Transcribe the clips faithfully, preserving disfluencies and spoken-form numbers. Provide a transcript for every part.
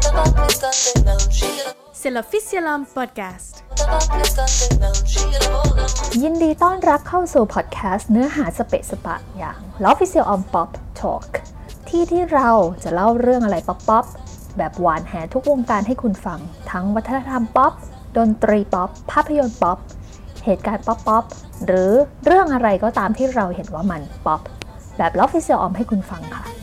C'est l'Officiellam Podcast ยินดีต้อนรับเข้าสู่พอดแคสต์เนื้อหาสเปะสปะอย่าง l'Officiellam Pop Talk ที่ที่เราจะเล่าเรื่องอะไรป๊อปๆแบบหวานแหทุกวงการให้คุณฟังทั้งวัฒนธรรมป๊อปดนตรีป๊อปภาพยนตร์ป๊อปเหตุการณ์ป๊อปๆหรือเรื่องอะไรก็ตามที่เราเห็นว่ามันป๊อปแบบ l'Officiellam ให้คุณฟังค่ะ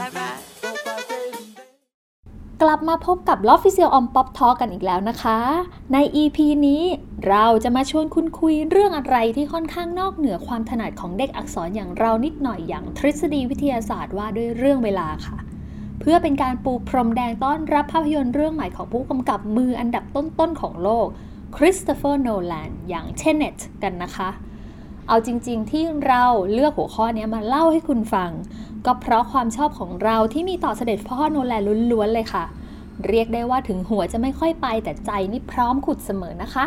กลับมาพบกับ l'Officiellam Pop Talk กันอีกแล้วนะคะใน อี พี นี้เราจะมาชวนคุณคุยเรื่องอะไรที่ค่อนข้างนอกเหนือความถนัดของเด็กอักษรอย่างเรานิดหน่อยอย่างทฤษฎีวิทยาศาสตร์ว่าด้วยเรื่องเวลาค่ะเพื่อเป็นการปูพรมแดงต้อนรับภาพยนตร์เรื่องใหม่ของผู้กำกับมืออันดับต้นๆของโลกคริสโตเฟอร์โนแลนอย่าง Tenet กันนะคะเอาจริงๆที่เราเลือกหัวข้อนี้มาเล่าให้คุณฟังก็เพราะความชอบของเราที่มีต่อเสด็จพ่อโนแลนล้วนๆเลยค่ะเรียกได้ว่าถึงหัวจะไม่ค่อยไปแต่ใจนี่พร้อมขุดเสมอนะคะ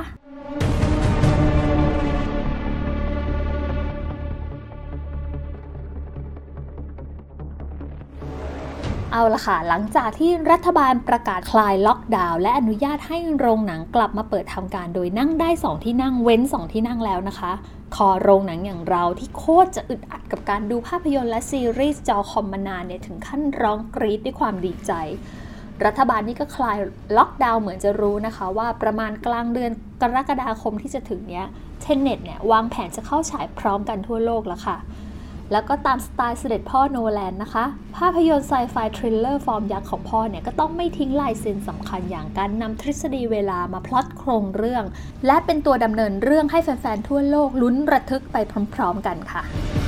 เอาล่ะค่ะหลังจากที่รัฐบาลประกาศคลายล็อกดาวน์และอนุญาตให้โรงหนังกลับมาเปิดทำการโดยนั่งได้สองที่นั่งเว้นสองที่นั่งแล้วนะคะคอโรงหนังอย่างเราที่โคตรจะอึดอัดกับการดูภาพยนตร์และซีรีส์จอคอมมานานเนี่ยถึงขั้นร้องกรี๊ดด้วยความดีใจรัฐบาลนี่ก็คลายล็อกดาวน์เหมือนจะรู้นะคะว่าประมาณกลางเดือนกรกฎาคมที่จะถึงเนี้ย Tenet เนี่ยวางแผนจะเข้าฉายพร้อมกันทั่วโลกแล้วค่ะแล้วก็ตามสไตล์เสด็จพ่อโนแลนนะคะภาพยนตร์ไซไฟทริลเลอร์ฟอร์มยักษ์ของพ่อเนี่ยก็ต้องไม่ทิ้งลายเซ็นสำคัญอย่างการนำทฤษฎีเวลามาพล็อตโครงเรื่องและเป็นตัวดำเนินเรื่องให้แฟนๆทั่วโลกลุ้นระทึกไปพร้อมๆกันค่ะ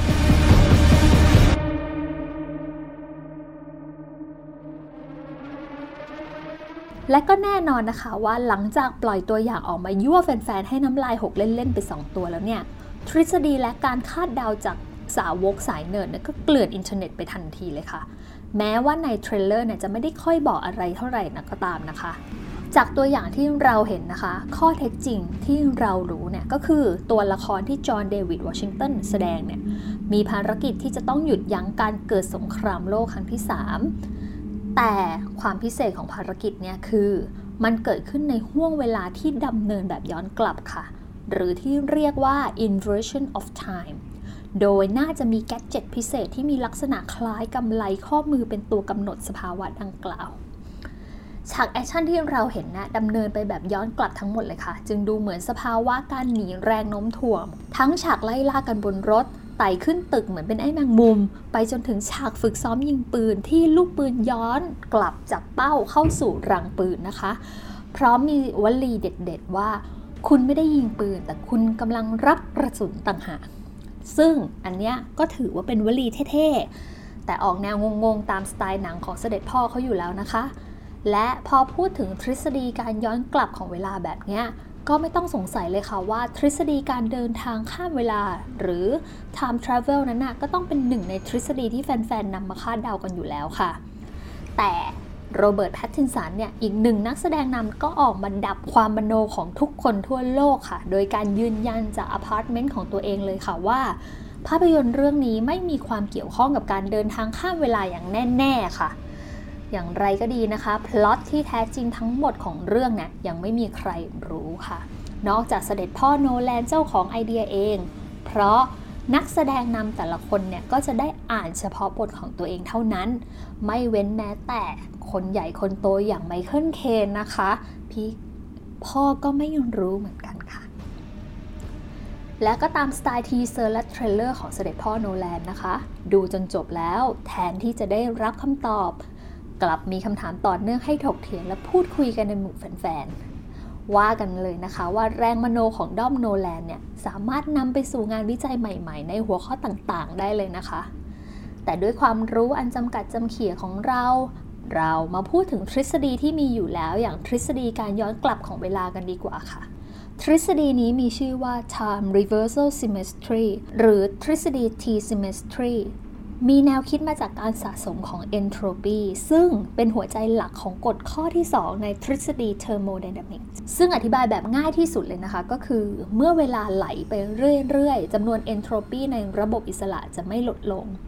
และก็แน่นอนนะคะว่าหลังจากปล่อยตัวอย่างออกมายั่วแฟนๆให้น้ำลายหกเล่นๆไปสองตัวแล้วเนี่ยทฤษฎีและการคาดเดาจากสาวกสายเนิร์ดเนี่ยก็เกลื่อนอินเทอร์เน็ตไปทันทีเลยค่ะแม้ว่าในเทรลเลอร์เนี่ยจะไม่ได้ค่อยบอกอะไรเท่าไหร่นะก็ตามนะคะจากตัวอย่างที่เราเห็นนะคะข้อเท็จจริงที่เรารู้เนี่ยก็คือตัวละครที่จอห์นเดวิดวอชิงตันแสดงเนี่ยมีภารกิจที่จะต้องหยุดยั้งการเกิดสงครามโลกครั้งที่สามแต่ความพิเศษของภารกิจเนี่ยคือมันเกิดขึ้นในห้วงเวลาที่ดำเนินแบบย้อนกลับค่ะหรือที่เรียกว่า inversion of time โดยน่าจะมีแกดเจ็ตพิเศษที่มีลักษณะคล้ายกำไลข้อมือเป็นตัวกำหนดสภาวะดังกล่าวฉากแอคชั่นที่เราเห็นนะดำเนินไปแบบย้อนกลับทั้งหมดเลยค่ะจึงดูเหมือนสภาวะการหนีแรงโน้มถ่วงทั้งฉากไล่ล่ากันบนรถไต่ขึ้นตึกเหมือนเป็นไอ้แมงมุมไปจนถึงฉากฝึกซ้อมยิงปืนที่ลูกปืนย้อนกลับจากเป้าเข้าสู่รังปืนนะคะพร้อมมีวลีเด็ดๆว่าคุณไม่ได้ยิงปืนแต่คุณกำลังรับกระสุนต่างหากซึ่งอันเนี้ยก็ถือว่าเป็นวลีเท่ๆแต่ออกแนวงงๆตามสไตล์หนังของเสด็จพ่อเขาอยู่แล้วนะคะและพอพูดถึงทฤษฎีการย้อนกลับของเวลาแบบเนี้ยก็ไม่ต้องสงสัยเลยค่ะว่าทฤษฎีการเดินทางข้ามเวลาหรือ time travel นั้นนะก็ต้องเป็นหนึ่งในทฤษฎีที่แฟนๆนำมาคาดเดากันอยู่แล้วค่ะแต่โรเบิร์ต แพตตินสันเนี่ยอีกหนึ่งนักแสดงนำก็ออกมาดับความมโนของทุกคนทั่วโลกค่ะโดยการยืนยันจากอพาร์ตเมนต์ของตัวเองเลยค่ะว่าภาพยนตร์เรื่องนี้ไม่มีความเกี่ยวข้องกับการเดินทางข้ามเวลาอย่างแน่ๆค่ะอย่างไรก็ดีนะคะพล็อตที่แท้จริงทั้งหมดของเรื่องเนี่ยยังไม่มีใครรู้ค่ะนอกจากเสด็จพ่อโนแลนเจ้าของไอเดียเองเพราะนักแสดงนำแต่ละคนเนี่ยก็จะได้อ่านเฉพาะบทของตัวเองเท่านั้นไม่เว้นแม้แต่คนใหญ่คนโตอย่างไมเคิล เคนนะคะพี่พ่อก็ไม่รู้เหมือนกันค่ะและก็ตามสไตล์ทีเซอร์และเทรลเลอร์ของเสด็จพ่อโนแลนนะคะดูจนจบแล้วแทนที่จะได้รับคำตอบกลับมีคำถามต่อเนื่องให้ถกเถียงและพูดคุยกันในหมู่แฟนๆว่ากันเลยนะคะว่าแรงมโนของด้อมโนแลนเนี่ยสามารถนำไปสู่งานวิจัยใหม่ๆในหัวข้อต่างๆได้เลยนะคะแต่ด้วยความรู้อันจำกัดจำเขี่ยของเราเรามาพูดถึงทฤษฎีที่มีอยู่แล้วอย่างทฤษฎีการย้อนกลับของเวลากันดีกว่าค่ะทฤษฎีนี้มีชื่อว่า time reversal symmetry หรือทฤษฎี T symmetry มีแนวคิดมาจากการสะสมของ entropy ซึ่งเป็นหัวใจหลักของกฎข้อที่สองในทฤษฎี thermodynamics ซึ่งอธิบายแบบง่ายที่สุดเลยนะคะก็คือเมื่อเวลาไหลไปเรื่อยๆจำนวน entropy ในระบบอิสระจะไม่ลดลง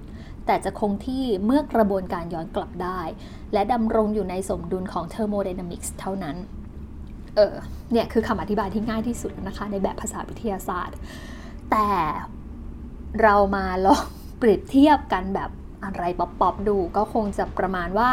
แต่จะคงที่เมื่อกระบวนการย้อนกลับได้และดำรงอยู่ในสมดุลของ thermodynamics เท่านั้นเออเนี่ยคือคำอธิบายที่ง่ายที่สุดนะคะในแบบภาษาวิทยาศาสตร์แต่เรามาลองเปรียบเทียบกันแบบอะไรป๊อปๆดูก็คงจะประมาณว่า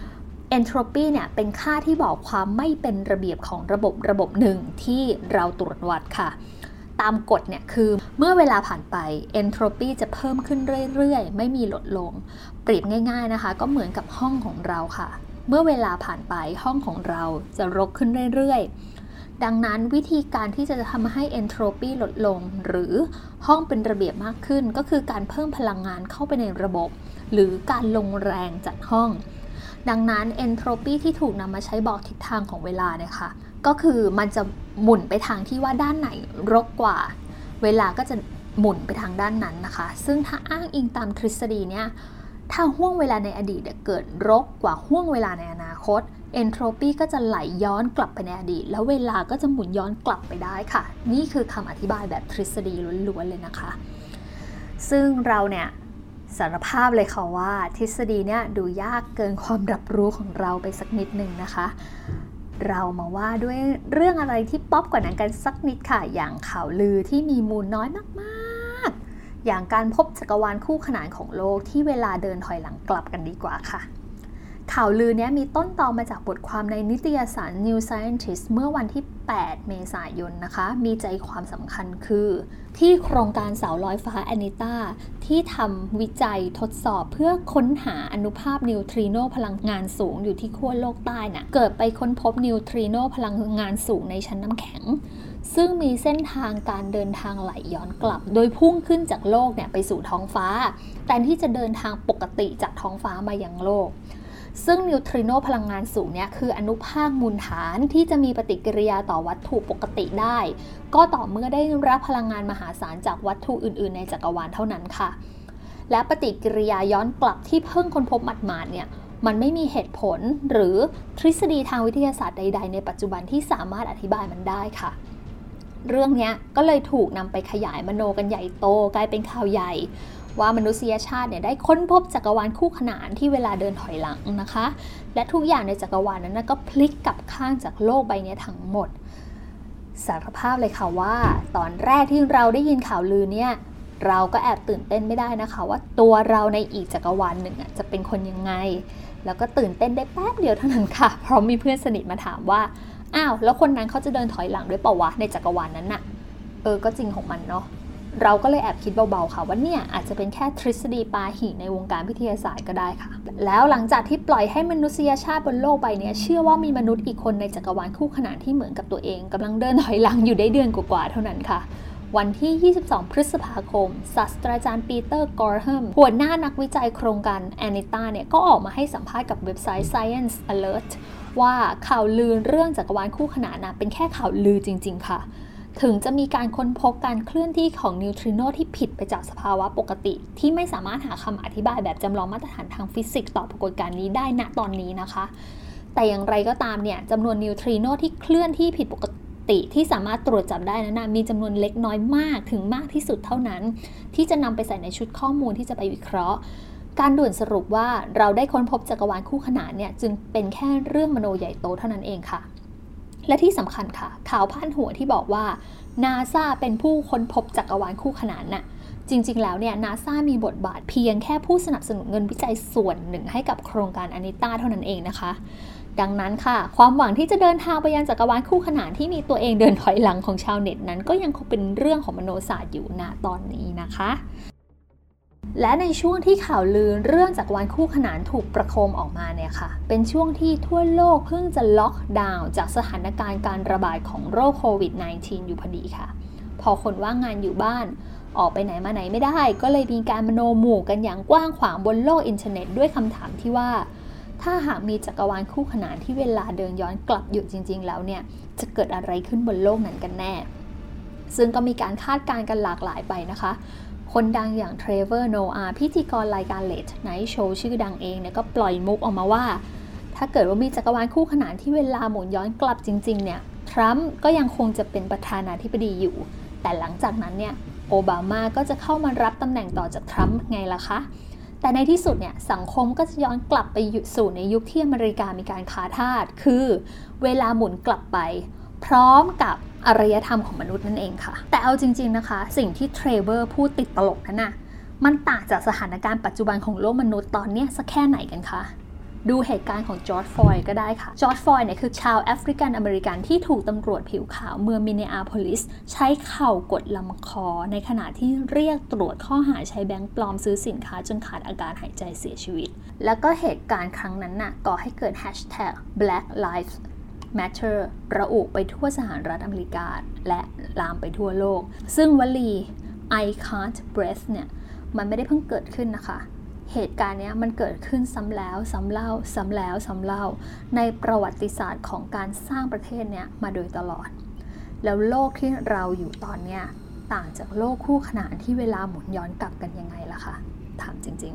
entropy เนี่ยเป็นค่าที่บอกความไม่เป็นระเบียบของระบบระบบหนึ่งที่เราตรวจวัดค่ะตามกฎเนี่ยคือเมื่อเวลาผ่านไป entropy จะเพิ่มขึ้นเรื่อยๆไม่มีลดลงเปรียบง่ายๆนะคะก็เหมือนกับห้องของเราค่ะเมื่อเวลาผ่านไปห้องของเราจะรกขึ้นเรื่อยๆดังนั้นวิธีการที่จะทำให้ entropy ลดลงหรือห้องเป็นระเบียบมากขึ้นก็คือการเพิ่มพลังงานเข้าไปในระบบหรือการลงแรงจัดห้องดังนั้น entropy ที่ถูกนำมาใช้บอกทิศทางของเวลาเนี่ยค่ะก็คือมันจะหมุนไปทางที่ว่าด้านไหนรกกว่าเวลาก็จะหมุนไปทางด้านนั้นนะคะซึ่งถ้าอ้างอิงตามทฤษฎีเนี่ยถ้าห้วงเวลาในอดีตเกิดรกกว่าห้วงเวลาในอนาคต entropy ก็จะไหลย้อนกลับไปในอดีตแล้วเวลาก็จะหมุนย้อนกลับไปได้ค่ะนี่คือคำอธิบายแบบทฤษฎีล้วนๆเลยนะคะซึ่งเราเนี่ยสารภาพเลยค่ะว่าทฤษฎีเนี่ยดูยากเกินความรับรู้ของเราไปสักนิดนึงนะคะเรามาว่าด้วยเรื่องอะไรที่ป๊อปกว่านั้นกันสักนิดค่ะอย่างข่าวลือที่มีมูลน้อยมากๆอย่างการพบจักรวาลคู่ขนานของโลกที่เวลาเดินถอยหลังกลับกันดีกว่าค่ะข่าวลือนี้มีต้นตอมาจากบทความในนิตยสาร New Scientist เมื่อวันที่แปดเมษายนนะคะมีใจความสำคัญคือที่โครงการสาวลอยฟ้าแอนิต้าที่ทำวิจัยทดสอบเพื่อค้นหาอนุภาคนิวทริโนพลังงานสูงอยู่ที่ขั้วโลกใต้น่ะเกิดไปค้นพบนิวทริโนพลังงานสูงในชั้นน้ำแข็งซึ่งมีเส้นทางการเดินทางไหลย้อนกลับโดยพุ่งขึ้นจากโลกเนี่ยไปสู่ท้องฟ้าแทนที่จะเดินทางปกติจากท้องฟ้ามายังโลกซึ่งนิวทริโนพลังงานสูงเนี่ยคืออนุภาคมูลฐานที่จะมีปฏิกิริยาต่อวัตถุปกติได้ก็ต่อเมื่อได้รับพลังงานมหาศาลจากวัตถุอื่นๆในจักรวาลเท่านั้นค่ะและปฏิกิริยาย้อนกลับที่เพิ่งค้นพบหมาดๆเนี่ยมันไม่มีเหตุผลหรือทฤษฎีทางวิทยาศาสตร์ใดๆในปัจจุบันที่สามารถอธิบายมันได้ค่ะเรื่องนี้ก็เลยถูกนำไปขยายมโนกันใหญ่โตกลายเป็นข่าวใหญ่ว่ามนุษยชาติเนี่ยได้ค้นพบจักรวาลคู่ขนานที่เวลาเดินถอยหลังนะคะและทุกอย่างในจักรวาลนั้นก็พลิกกลับข้างจากโลกใบนี้ทั้งหมดสารภาพเลยค่ะว่าตอนแรกที่เราได้ยินข่าวลือเนี่ยเราก็แอบตื่นเต้นไม่ได้นะคะว่าตัวเราในอีกจักรวาลหนึ่งจะเป็นคนยังไงแล้วก็ตื่นเต้นได้แป๊บเดียวเท่านั้นค่ะเพราะมีเพื่อนสนิทมาถามว่าอ้าวแล้วคนนั้นเขาจะเดินถอยหลังด้วยเปล่าวะในจักรวาลนั้นน่ะเออก็จริงของมันเนาะเราก็เลยแอบคิดเบาๆค่ะว่าเนี่ยอาจจะเป็นแค่ทฤษฎีปาหี่ในวงการวิทยาศาสตร์ก็ได้ค่ะแล้วหลังจากที่ปล่อยให้มนุษยชาติบนโลกใบนี้เชื่อว่ามีมนุษย์อีกคนในจักรวาลคู่ขนานที่เหมือนกับตัวเองกำลังเดินถอยหลังอยู่ได้เดือนกว่าๆเท่านั้นค่ะวันที่ยี่สิบสองพฤษภาคมศาสตราจารย์ปีเตอร์กอร์แฮมหัวหน้านักวิจัยโครงการแอนิต้าเนี่ยก็ออกมาให้สัมภาษณ์กับเว็บไซต์ Science Alert ว่าข่าวลือเรื่องจักรวาลคู่ขนานนะเป็นแค่ข่าวลือจริงๆค่ะถึงจะมีการค้นพบการเคลื่อนที่ของนิวทริโนที่ผิดไปจากสภาวะปกติที่ไม่สามารถหาคำอธิบายแบบจำลองมาตรฐานทางฟิสิกส์ต่อปรากฏการณ์นี้ได้ณตอนนี้นะคะแต่อย่างไรก็ตามเนี่ยจำนวนนิวทริโนที่เคลื่อนที่ผิดปกติที่สามารถตรวจจับได้นั้นมีจำนวนเล็กน้อยมากถึงมากที่สุดเท่านั้นที่จะนำไปใส่ในชุดข้อมูลที่จะไปวิเคราะห์การด่วนสรุปว่าเราได้ค้นพบจักรวาลคู่ขนานเนี่ยจึงเป็นแค่เรื่องมโนใหญ่โตเท่านั้นเองค่ะและที่สำคัญค่ะข่าวพาดหัวที่บอกว่า NASA เป็นผู้ค้นพบจักรวาลคู่ขนานน่ะจริงๆแล้วเนี่ย NASA มีบทบาทเพียงแค่ผู้สนับสนุนเงินวิจัยส่วนหนึ่งให้กับโครงการแอนิต้าเท่านั้นเองนะคะดังนั้นค่ะความหวังที่จะเดินทางไปยังจักรวาลคู่ขนานที่มีตัวเองเดินถอยหลังของชาวเน็ตนั้นก็ยังคงเป็นเรื่องของมโนศาสตร์อยู่ณตอนนี้นะคะและในช่วงที่ข่าวลือเรื่องจักรวาลคู่ขนานถูกประโคมออกมาเนี่ยค่ะเป็นช่วงที่ทั่วโลกเพิ่งจะล็อกดาวน์จากสถานการณ์การระบาดของโรคโควิด สิบเก้า อยู่พอดีค่ะพอคนว่างงานอยู่บ้านออกไปไหนมาไหนไม่ได้ก็เลยมีการมโนหมู่กันอย่างกว้างขวางบนโลกอินเทอร์เน็ตด้วยคำถามที่ว่าถ้าหากมีจักรวาลคู่ขนานที่เวลาเดินย้อนกลับอยู่จริงๆแล้วเนี่ยจะเกิดอะไรขึ้นบนโลกนั้นกันแน่ซึ่งก็มีการคาดการณ์กันหลากหลายไปนะคะคนดังอย่างเทรเวอร์โนอาห์พิธีกรรายการเลทไนท์โชว์ชื่อดังเองเนี่ยก็ปล่อยมุกออกมาว่าถ้าเกิดว่ามีจักรวาลคู่ขนานที่เวลาหมุนย้อนกลับจริงๆเนี่ยทรัมป์ก็ยังคงจะเป็นประธานาธิบดีอยู่แต่หลังจากนั้นเนี่ยโอบามาก็จะเข้ามารับตำแหน่งต่อจากทรัมป์ไงล่ะคะแต่ในที่สุดเนี่ยสังคมก็จะย้อนกลับไปสู่ในยุคที่อเมริกามีการค้าทาสคือเวลาหมุนกลับไปพร้อมกับอารยธรรมของมนุษย์นั่นเองค่ะแต่เอาจริงๆนะคะสิ่งที่เทรเวอร์พูดติดตลกนั่นน่ะมันต่างจากสถานการณ์ปัจจุบันของโลกมนุษย์ตอนนี้สักแค่ไหนกันคะดูเหตุการณ์ของจอร์จฟลอยด์ก็ได้ค่ะจอร์จฟลอยด์เนี่ยคือชาวแอฟริกันอเมริกันที่ถูกตำรวจผิวขาวเมืองมินนีอาโพลิสใช้เข่ากดลำคอในขณะที่เรียกตรวจข้อหาใช้แบงค์ปลอมซื้อสินค้าจนขาดอากาศหายใจเสียชีวิตแล้วก็เหตุการณ์ครั้งนั้นน่ะก่อให้เกิดแฮชแท็ก Black Lives Matter ระอุไปทั่วสหรัฐอเมริกาและลามไปทั่วโลกซึ่งวลี I can't breathe เนี่ยมันไม่ได้เพิ่งเกิดขึ้นนะคะเหตุการณ์นี้มันเกิดขึ้นซ้ำแล้วซ้ำเล่าซ้ำแล้วซ้ำเล่าในประวัติศาสตร์ของการสร้างประเทศเนี้ยมาโดยตลอดแล้วโลกที่เราอยู่ตอนเนี้ยต่างจากโลกคู่ขนานที่เวลาหมุนย้อนกลับกันยังไงล่ะคะถามจริง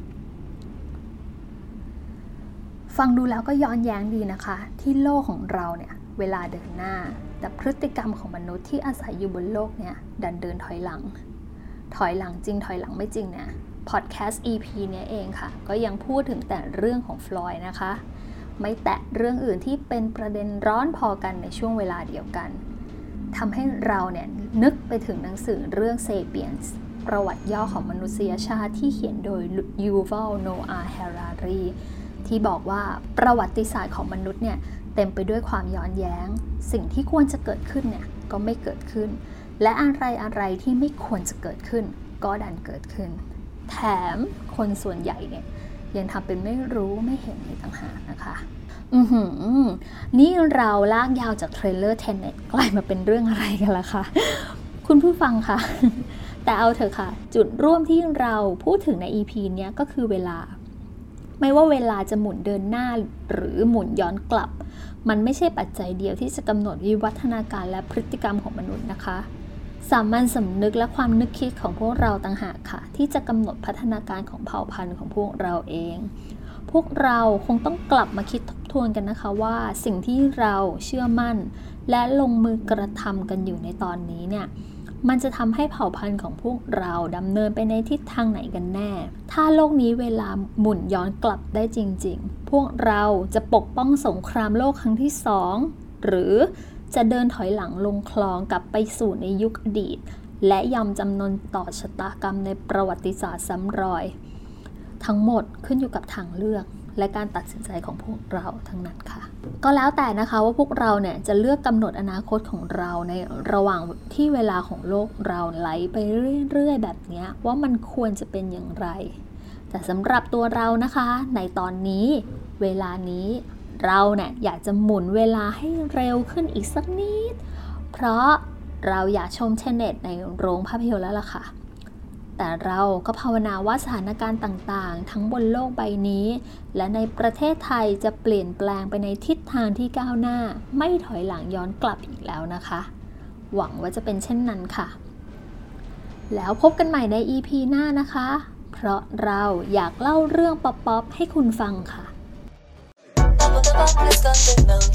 ๆฟังดูแล้วก็ย้อนแย้งดีนะคะที่โลกของเราเนี่ยเวลาเดินหน้าแต่พฤติกรรมของมนุษย์ที่อาศัยอยู่บนโลกเนี่ยดันเดินถอยหลังถอยหลังจริงถอยหลังไม่จริงเนี่ยพอดแคสต์ อี พี เนี่ยเองค่ะก็ยังพูดถึงแต่เรื่องของฟลอยด์นะคะไม่แตะเรื่องอื่นที่เป็นประเด็นร้อนพอกันในช่วงเวลาเดียวกันทำให้เราเนี่ยนึกไปถึงหนังสือเรื่องเซเปียนส์ประวัติย่อของมนุษยชาติที่เขียนโดยยูวัล โนอาห์ แฮรารีที่บอกว่าประวัติศาสตร์ของมนุษย์เนี่ยเต็มไปด้วยความย้อนแย้งสิ่งที่ควรจะเกิดขึ้นเนี่ยก็ไม่เกิดขึ้นและอะไรอะไรที่ไม่ควรจะเกิดขึ้นก็ดันเกิดขึ้นแถมคนส่วนใหญ่เนี่ยยังทำเป็นไม่รู้ไม่เห็นในต่างหากนะคะอือหือนี่เราลากยาวจากเทรลเลอร์ Tenet กลายมาเป็นเรื่องอะไรกันล่ะคะคุณผู้ฟังคะแต่เอาเถอะค่ะจุดร่วมที่เราพูดถึงใน อี พี เนี้ยก็คือเวลาไม่ว่าเวลาจะหมุนเดินหน้าหรือหมุนย้อนกลับมันไม่ใช่ปัจจัยเดียวที่จะกำหนดวิวัฒนาการและพฤติกรรมของมนุษย์นะคะสามัญสำนึกและความนึกคิดของพวกเราต่างหากค่ะที่จะกำหนดพัฒนาการของเผ่าพันธุ์ของพวกเราเองพวกเราคงต้องกลับมาคิดทบทวนกันนะคะว่าสิ่งที่เราเชื่อมั่นและลงมือกระทำกันอยู่ในตอนนี้เนี่ยมันจะทำให้เผ่าพันธุ์ของพวกเราดำเนินไปในทิศทางไหนกันแน่ถ้าโลกนี้เวลาหมุนย้อนกลับได้จริงๆพวกเราจะปกป้องสงครามโลกครั้งที่สองหรือจะเดินถอยหลังลงคลองกลับไปสู่ในยุคอดีตและยอมจำนนต่อชะตากรรมในประวัติศาสตร์ซ้ำรอยทั้งหมดขึ้นอยู่กับทางเลือกและการตัดสินใจของพวกเราทั้งนั้นค่ะก็แล้วแต่นะคะว่าพวกเราเนี่ยจะเลือกกำหนดอนาคตของเราในระหว่างที่เวลาของโลกเราไหลไปเรื่อยๆแบบนี้ว่ามันควรจะเป็นอย่างไรแต่สำหรับตัวเรานะคะในตอนนี้เวลานี้เราเนี่ยอยากจะหมุนเวลาให้เร็วขึ้นอีกสักนิดเพราะเราอยากชม Tenet ในโรงภาพยนตร์แล้วล่ะค่ะแต่เราก็ภาวนาว่าสถานการณ์ต่างๆทั้งบนโลกใบนี้และในประเทศไทยจะเปลี่ยนแปลงไปในทิศทางที่ก้าวหน้าไม่ถอยหลังย้อนกลับอีกแล้วนะคะหวังว่าจะเป็นเช่นนั้นค่ะแล้วพบกันใหม่ใน อี พี หน้านะคะเพราะเราอยากเล่าเรื่องป๊อปๆให้คุณฟังค่ะ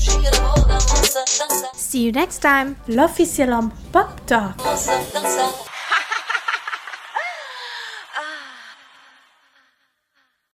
See you next time. L'Officiel Pop Talk.